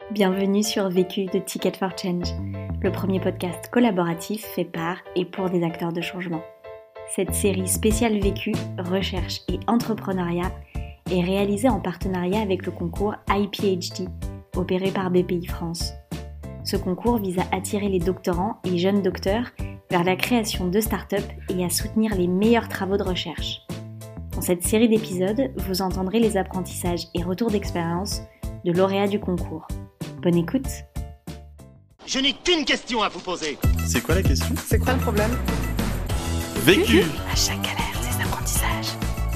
Bienvenue sur Vécu de Ticket for Change, le premier podcast collaboratif fait par et pour des acteurs de changement. Cette série spéciale Vécu, recherche et entrepreneuriat est réalisée en partenariat avec le concours iPhD, opéré par BPI France. Ce concours vise à attirer les doctorants et jeunes docteurs vers la création de startups et à soutenir les meilleurs travaux de recherche. Dans cette série d'épisodes, vous entendrez les apprentissages et retours d'expérience de lauréats du concours. Bonne écoute. Je n'ai qu'une question à vous poser. C'est quoi la question ? C'est quoi le problème ? Vécu. À chaque galère, des apprentissages.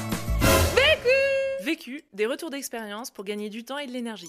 Vécu, des retours d'expérience pour gagner du temps et de l'énergie.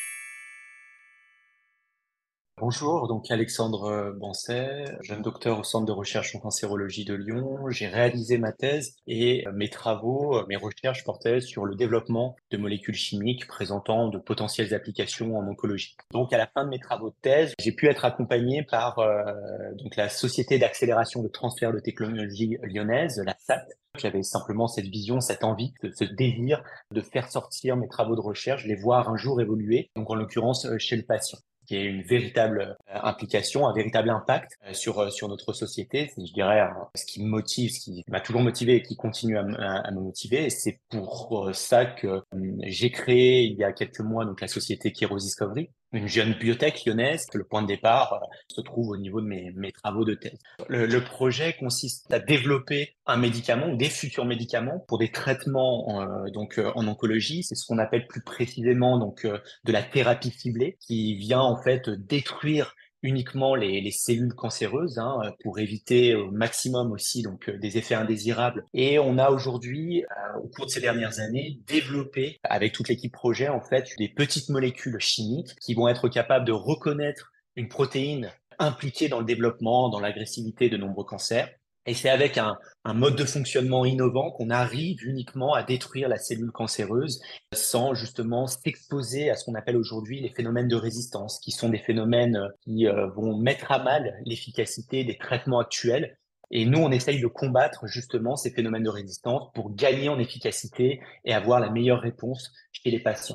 Bonjour, donc Alexandre Bancet, jeune docteur au Centre de recherche en cancérologie de Lyon. J'ai réalisé ma thèse et mes travaux, mes recherches portaient sur le développement de molécules chimiques présentant de potentielles applications en oncologie. Donc à la fin de mes travaux de thèse, j'ai pu être accompagné par donc la Société d'accélération de transfert de technologie lyonnaise, la SAT. J'avais simplement cette vision, cette envie, ce désir de faire sortir mes travaux de recherche, les voir un jour évoluer, donc en l'occurrence chez le patient, qui est une véritable implication, un véritable impact sur notre société. C'est, je dirais, ce qui me motive, ce qui m'a toujours motivé et qui continue à me motiver. Et c'est pour ça que j'ai créé il y a quelques mois donc la société Kairos Discovery, une jeune biotech lyonnaise. Le point de départ se trouve au niveau de mes travaux de thèse. Le projet consiste à développer un médicament ou des futurs médicaments pour des traitements en oncologie. C'est ce qu'on appelle plus précisément de la thérapie ciblée, qui vient en fait détruire uniquement les cellules cancéreuses pour éviter au maximum aussi des effets indésirables. Et on a aujourd'hui, au cours de ces dernières années, développé avec toute l'équipe projet en fait des petites molécules chimiques qui vont être capables de reconnaître une protéine impliquée dans le développement, dans l'agressivité de nombreux cancers. Et c'est avec un mode de fonctionnement innovant qu'on arrive uniquement à détruire la cellule cancéreuse sans justement s'exposer à ce qu'on appelle aujourd'hui les phénomènes de résistance, qui sont des phénomènes qui vont mettre à mal l'efficacité des traitements actuels. Et nous, on essaye de combattre justement ces phénomènes de résistance pour gagner en efficacité et avoir la meilleure réponse chez les patients.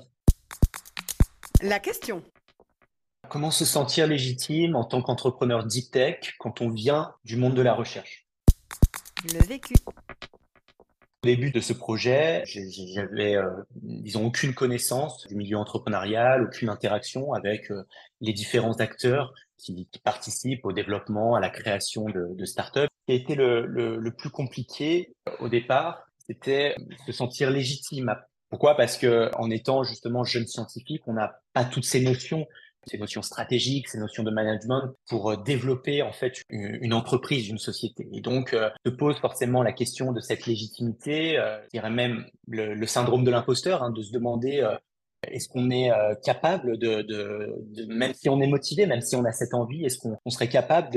La question. Comment se sentir légitime en tant qu'entrepreneur deep tech quand on vient du monde de la recherche ? Le vécu. Au début de ce projet, j'avais, disons, aucune connaissance du milieu entrepreneurial, aucune interaction avec les différents acteurs qui participent au développement, à la création de startups. Ce qui a été le plus compliqué au départ, c'était se sentir légitime. Pourquoi ? Parce que en étant justement jeune scientifique, on n'a pas toutes ces notions stratégiques, ces notions de management pour développer en fait une entreprise, une société. Et donc, se pose forcément la question de cette légitimité, je dirais même le syndrome de l'imposteur, de se demander est-ce qu'on est capable même si on est motivé, même si on a cette envie, est-ce qu'on serait capable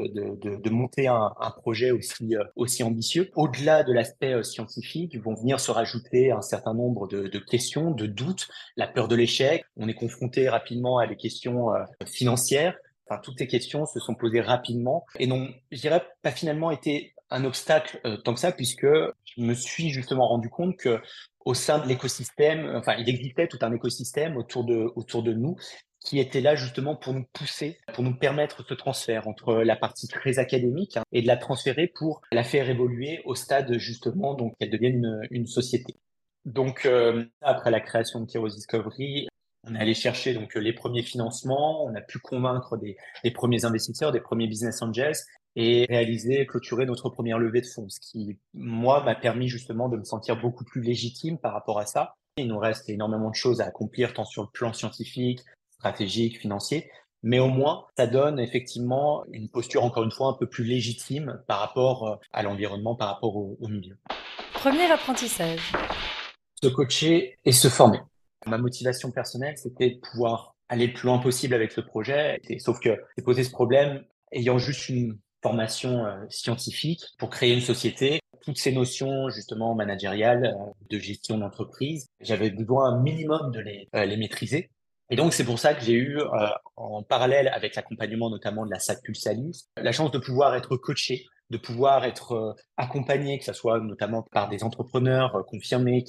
de monter un projet aussi ambitieux? Au-delà de l'aspect scientifique, vont venir se rajouter un certain nombre de questions, de doutes, la peur de l'échec. On est confronté rapidement à des questions financières. Enfin, toutes ces questions se sont posées rapidement et n'ont, je dirais, pas finalement été un obstacle tant que ça, puisque je me suis justement rendu compte que au sein de l'écosystème, enfin, il existait tout un écosystème autour de nous qui était là justement pour nous pousser, pour nous permettre ce transfert entre la partie très académique et de la transférer pour la faire évoluer au stade justement donc qu'elle devienne une société. Donc après la création de Kairos Discovery, on est allé chercher donc les premiers financements, on a pu convaincre des premiers investisseurs, des premiers business angels et clôturer notre première levée de fonds, ce qui, moi, m'a permis justement de me sentir beaucoup plus légitime par rapport à ça. Il nous reste énormément de choses à accomplir, tant sur le plan scientifique, stratégique, financier, mais au moins, ça donne effectivement une posture, encore une fois, un peu plus légitime par rapport à l'environnement, par rapport au milieu. Premier apprentissage. Se coacher et se former. Ma motivation personnelle, c'était de pouvoir aller le plus loin possible avec ce projet, sauf que j'ai posé ce problème ayant juste une formation scientifique pour créer une société. Toutes ces notions justement managériales, de gestion d'entreprise, j'avais besoin un minimum de les maîtriser. Et donc c'est pour ça que j'ai eu, en parallèle avec l'accompagnement notamment de la SAT Pulsalis, la chance de pouvoir être coaché de pouvoir être accompagné, que ce soit notamment par des entrepreneurs confirmés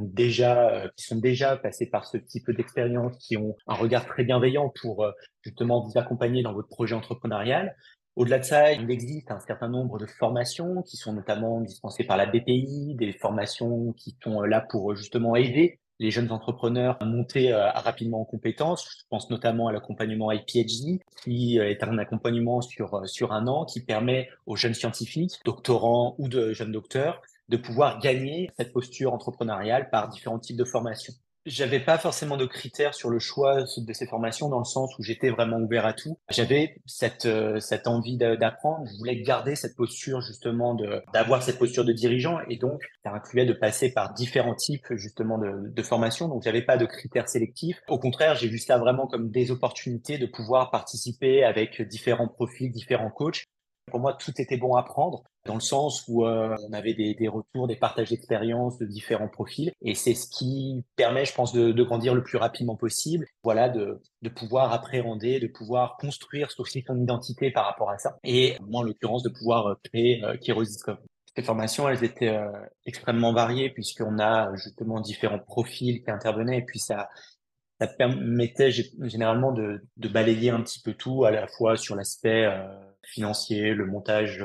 qui sont déjà passés par ce type d'expérience, qui ont un regard très bienveillant pour justement vous accompagner dans votre projet entrepreneurial. Au-delà de ça, il existe un certain nombre de formations qui sont notamment dispensées par la BPI, des formations qui sont là pour justement aider les jeunes entrepreneurs à monter rapidement en compétences. Je pense notamment à l'accompagnement IPHD, qui est un accompagnement sur un an qui permet aux jeunes scientifiques, doctorants ou de jeunes docteurs, de pouvoir gagner cette posture entrepreneuriale par différents types de formations. J'avais pas forcément de critères sur le choix de ces formations dans le sens où j'étais vraiment ouvert à tout. J'avais cette envie d'apprendre. Je voulais garder cette posture justement d'avoir cette posture de dirigeant et donc ça incluait de passer par différents types justement de formations. Donc j'avais pas de critères sélectifs. Au contraire, j'ai vu ça vraiment comme des opportunités de pouvoir participer avec différents profils, différents coachs. Pour moi, tout était bon à prendre dans le sens où on avait des retours, des partages d'expériences de différents profils. Et c'est ce qui permet, je pense, de grandir le plus rapidement possible. Voilà, de pouvoir appréhender, de pouvoir construire aussi son identité par rapport à ça. Et moi, en l'occurrence, de pouvoir créer Keros Discovery. Ces formations, elles étaient extrêmement variées puisqu'on a justement différents profils qui intervenaient. Et puis ça permettait généralement de balayer un petit peu tout, à la fois sur l'aspect financier, le montage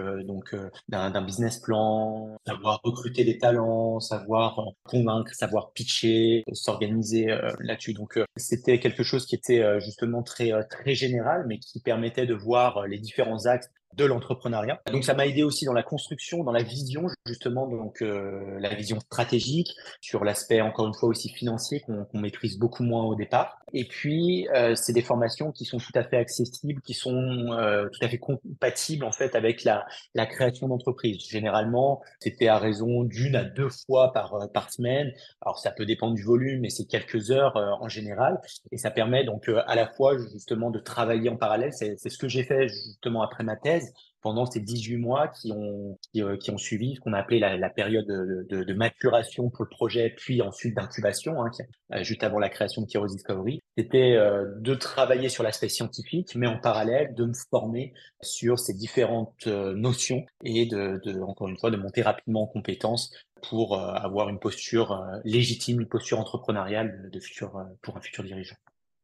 d'un business plan, savoir recruter des talents, savoir convaincre, savoir pitcher, s'organiser là-dessus. Donc c'était quelque chose qui était justement très général, mais qui permettait de voir les différents axes de l'entrepreneuriat. Donc ça m'a aidé aussi dans la construction, dans la vision justement, donc la vision stratégique, sur l'aspect encore une fois aussi financier qu'on maîtrise beaucoup moins au départ. Et puis c'est des formations qui sont tout à fait accessibles, qui sont tout à fait compatibles en fait avec la création d'entreprise. Généralement, c'était à raison d'1 à 2 fois par semaine. Alors ça peut dépendre du volume, mais c'est quelques heures en général. Et ça permet donc à la fois justement de travailler en parallèle. C'est ce que j'ai fait justement après ma thèse pendant ces 18 mois qui ont suivi ce qu'on a appelé la période de maturation pour le projet, puis ensuite d'incubation, juste avant la création de Keros Discovery. C'était de travailler sur l'aspect scientifique, mais en parallèle de me former sur ces différentes notions et encore une fois de monter rapidement en compétences pour avoir une posture légitime, une posture entrepreneuriale pour un futur dirigeant.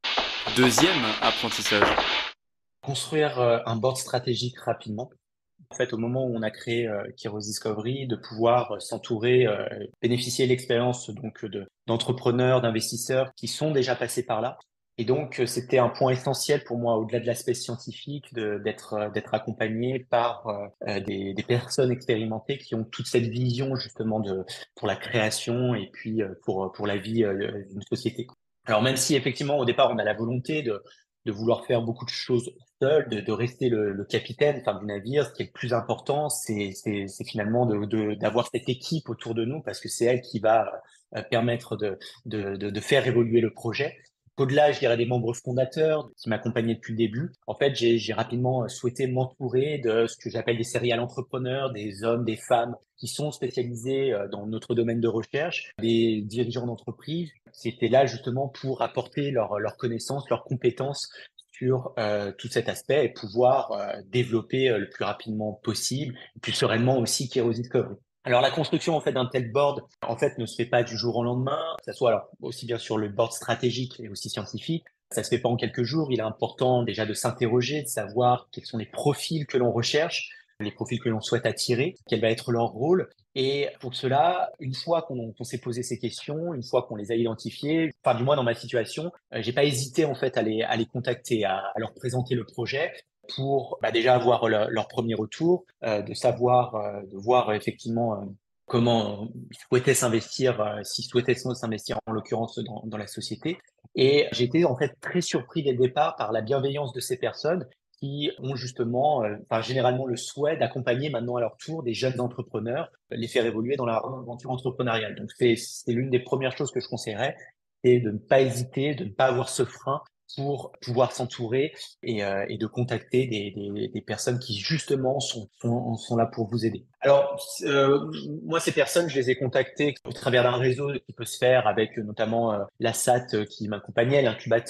Deuxième apprentissage. Construire un board stratégique rapidement. En fait, au moment où on a créé Keros Discovery, de pouvoir s'entourer, bénéficier de l'expérience donc d'entrepreneurs, d'investisseurs qui sont déjà passés par là. Et donc, c'était un point essentiel pour moi, au-delà de l'aspect scientifique, d'être accompagné par des personnes expérimentées qui ont toute cette vision justement pour la création et puis pour la vie d'une société. Alors même si effectivement au départ on a la volonté de vouloir faire beaucoup de choses seul, de rester le capitaine du navire, ce qui est le plus important, c'est finalement d'avoir cette équipe autour de nous parce que c'est elle qui va permettre de faire évoluer le projet. Au-delà, je dirais, des membres fondateurs qui m'accompagnaient depuis le début, en fait, j'ai rapidement souhaité m'entourer de ce que j'appelle des serial entrepreneurs, des hommes, des femmes qui sont spécialisés dans notre domaine de recherche, des dirigeants d'entreprise qui étaient là justement pour apporter leurs connaissances, leurs compétences sur tout cet aspect et pouvoir développer le plus rapidement possible, et puis sereinement aussi Keros Discovery. Alors la construction en fait d'un tel board en fait ne se fait pas du jour au lendemain, que ça soit alors aussi bien sur le board stratégique et aussi scientifique. Ça se fait pas en quelques jours. Il est important déjà de s'interroger, de savoir quels sont les profils que l'on recherche, les profils que l'on souhaite attirer, quel va être leur rôle. Et pour cela, une fois qu'on s'est posé ces questions, une fois qu'on les a identifiées, enfin du moins dans ma situation, j'ai pas hésité en fait à les contacter, à leur présenter le projet pour déjà avoir leur premier retour, de voir effectivement comment ils souhaitaient s'investir, s'ils souhaitaient s'investir en l'occurrence dans la société. Et j'ai été en fait très surpris dès le départ par la bienveillance de ces personnes qui ont justement, généralement le souhait d'accompagner maintenant à leur tour des jeunes entrepreneurs, les faire évoluer dans leur aventure entrepreneuriale. Donc c'est l'une des premières choses que je conseillerais, c'est de ne pas hésiter, de ne pas avoir ce frein pour pouvoir s'entourer et de contacter des personnes qui justement sont là pour vous aider. Alors moi ces personnes je les ai contactées au travers d'un réseau qui peut se faire avec notamment l'ASAT qui m'accompagnait, l'incubateur,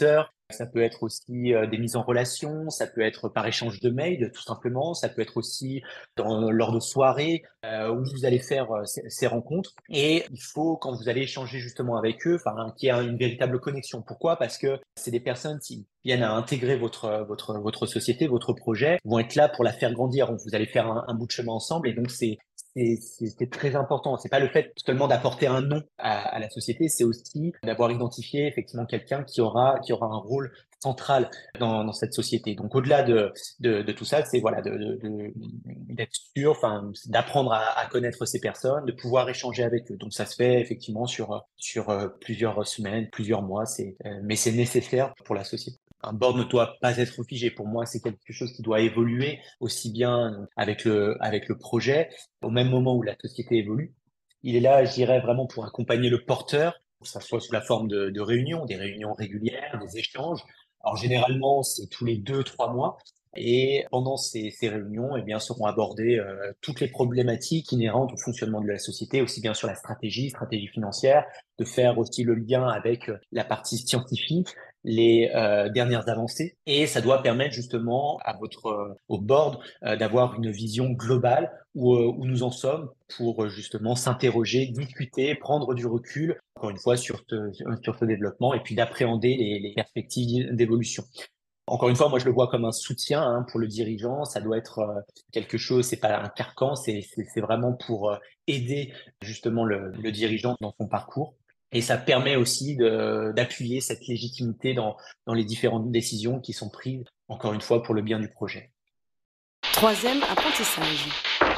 Ça peut être aussi des mises en relation, ça peut être par échange de mails, tout simplement. Ça peut être aussi lors de soirées où vous allez faire ces rencontres. Et il faut, quand vous allez échanger justement avec eux, qu'il y ait une véritable connexion. Pourquoi? Parce que c'est des personnes qui viennent à intégrer votre société, votre projet, vont être là pour la faire grandir. Vous allez faire un bout de chemin ensemble, et donc c'est très important. C'est pas le fait seulement d'apporter un nom à la société, c'est aussi d'avoir identifié effectivement quelqu'un qui aura un rôle central dans cette société. Donc au-delà de tout ça, c'est voilà d'être sûr, d'apprendre à connaître ces personnes, de pouvoir échanger avec eux. Donc ça se fait effectivement sur plusieurs semaines, plusieurs mois. Mais c'est nécessaire pour la société. Un board ne doit pas être figé. Pour moi, c'est quelque chose qui doit évoluer aussi bien avec le projet, au même moment où la société évolue. Il est là, je dirais, vraiment pour accompagner le porteur, que ça soit sous la forme de réunions, des réunions régulières, des échanges. Alors généralement, c'est tous les 2-3 mois. Et pendant ces réunions, eh bien, seront abordées toutes les problématiques inhérentes au fonctionnement de la société, aussi bien sur la stratégie financière, de faire aussi le lien avec la partie scientifique, les dernières avancées. Et ça doit permettre justement au board d'avoir une vision globale où nous en sommes pour justement s'interroger, discuter, prendre du recul, encore une fois, sur ce développement et puis d'appréhender les perspectives d'évolution. Encore une fois, moi, je le vois comme un soutien pour le dirigeant. Ça doit être quelque chose, c'est pas un carcan, c'est vraiment pour aider justement le dirigeant dans son parcours. Et ça permet aussi d'appuyer cette légitimité dans les différentes décisions qui sont prises, encore une fois, pour le bien du projet. Troisième apprentissage.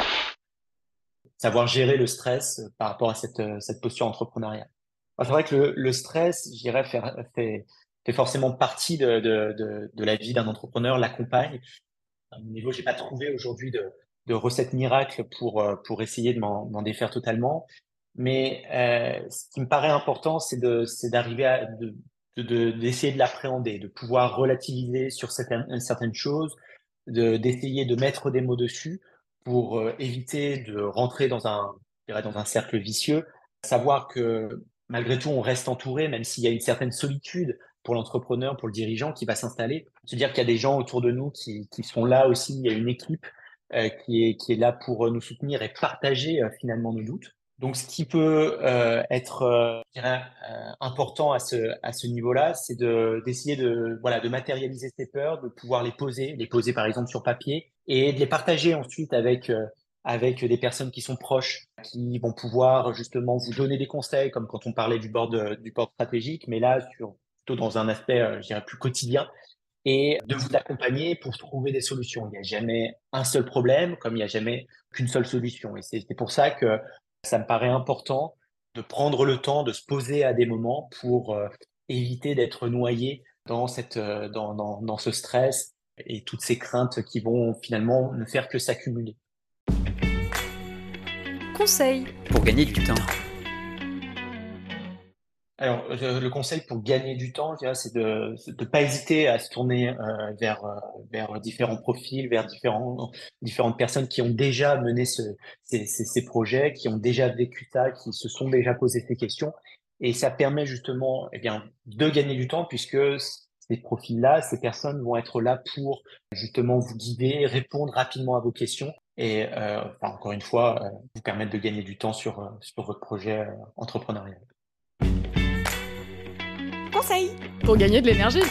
Savoir gérer le stress par rapport à cette posture entrepreneuriale. Alors, c'est vrai que le stress, je dirais, fait forcément partie de la vie d'un entrepreneur, l'accompagne. À mon niveau, j'ai pas trouvé aujourd'hui de recette miracle pour essayer de m'en défaire totalement. Mais ce qui me paraît important, c'est d'arriver d'essayer de l'appréhender, de pouvoir relativiser sur certaines choses, d'essayer de mettre des mots dessus pour éviter de rentrer dans un cercle vicieux. Savoir que malgré tout, on reste entouré, même s'il y a une certaine solitude pour l'entrepreneur, pour le dirigeant qui va s'installer. Se dire qu'il y a des gens autour de nous qui sont là aussi, il y a une équipe qui est là pour nous soutenir et partager finalement nos doutes. Donc, ce qui peut être je dirais, important à ce niveau-là, c'est d'essayer de matérialiser ces peurs, de pouvoir les poser par exemple sur papier et de les partager ensuite avec des personnes qui sont proches, qui vont pouvoir justement vous donner des conseils, comme quand on parlait du board stratégique, mais là plutôt dans un aspect, je dirais, plus quotidien, et de vous accompagner pour trouver des solutions. Il n'y a jamais un seul problème, comme il n'y a jamais qu'une seule solution. Et c'est pour ça que ça me paraît important de prendre le temps de se poser à des moments pour éviter d'être noyé dans ce stress et toutes ces craintes qui vont finalement ne faire que s'accumuler. Conseil pour gagner du temps. Alors, le conseil pour gagner du temps, je dirais, c'est de pas hésiter à se tourner vers différents profils, vers différentes personnes qui ont déjà mené ces projets, qui ont déjà vécu ça, qui se sont déjà posé ces questions. Et ça permet justement, de gagner du temps, puisque ces profils-là, ces personnes vont être là pour justement vous guider, répondre rapidement à vos questions et encore une fois, vous permettre de gagner du temps sur votre projet entrepreneurial. Conseil pour gagner de l'énergie.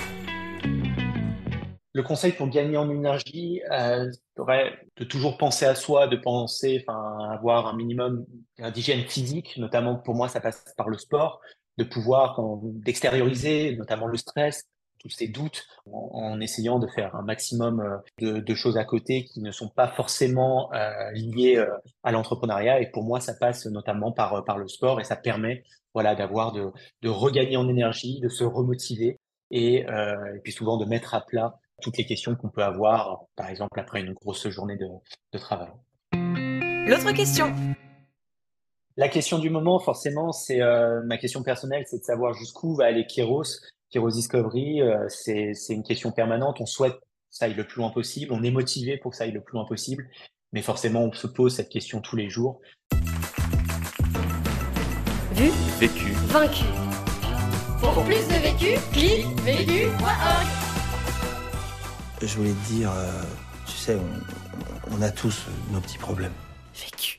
Le conseil pour gagner en énergie serait de toujours penser à soi, de penser, avoir un minimum d'hygiène physique, notamment pour moi ça passe par le sport, de pouvoir d'extérioriser notamment le stress, tous ces doutes, en essayant de faire un maximum de choses à côté qui ne sont pas forcément liées à l'entrepreneuriat. Et pour moi, ça passe notamment par le sport, et ça permet de regagner en énergie, de se remotiver et puis souvent de mettre à plat toutes les questions qu'on peut avoir, par exemple après une grosse journée de travail. L'autre question. La question du moment, forcément, c'est ma question personnelle, c'est de savoir jusqu'où va aller Kairos Discovery. C'est une question permanente. On souhaite que ça aille le plus loin possible. On est motivé pour que ça aille le plus loin possible. Mais forcément, on se pose cette question tous les jours. Vu, Vécu, vaincu. Pour plus de vécu, clique vécu.org. Je voulais te dire, tu sais, on a tous nos petits problèmes. Vécu.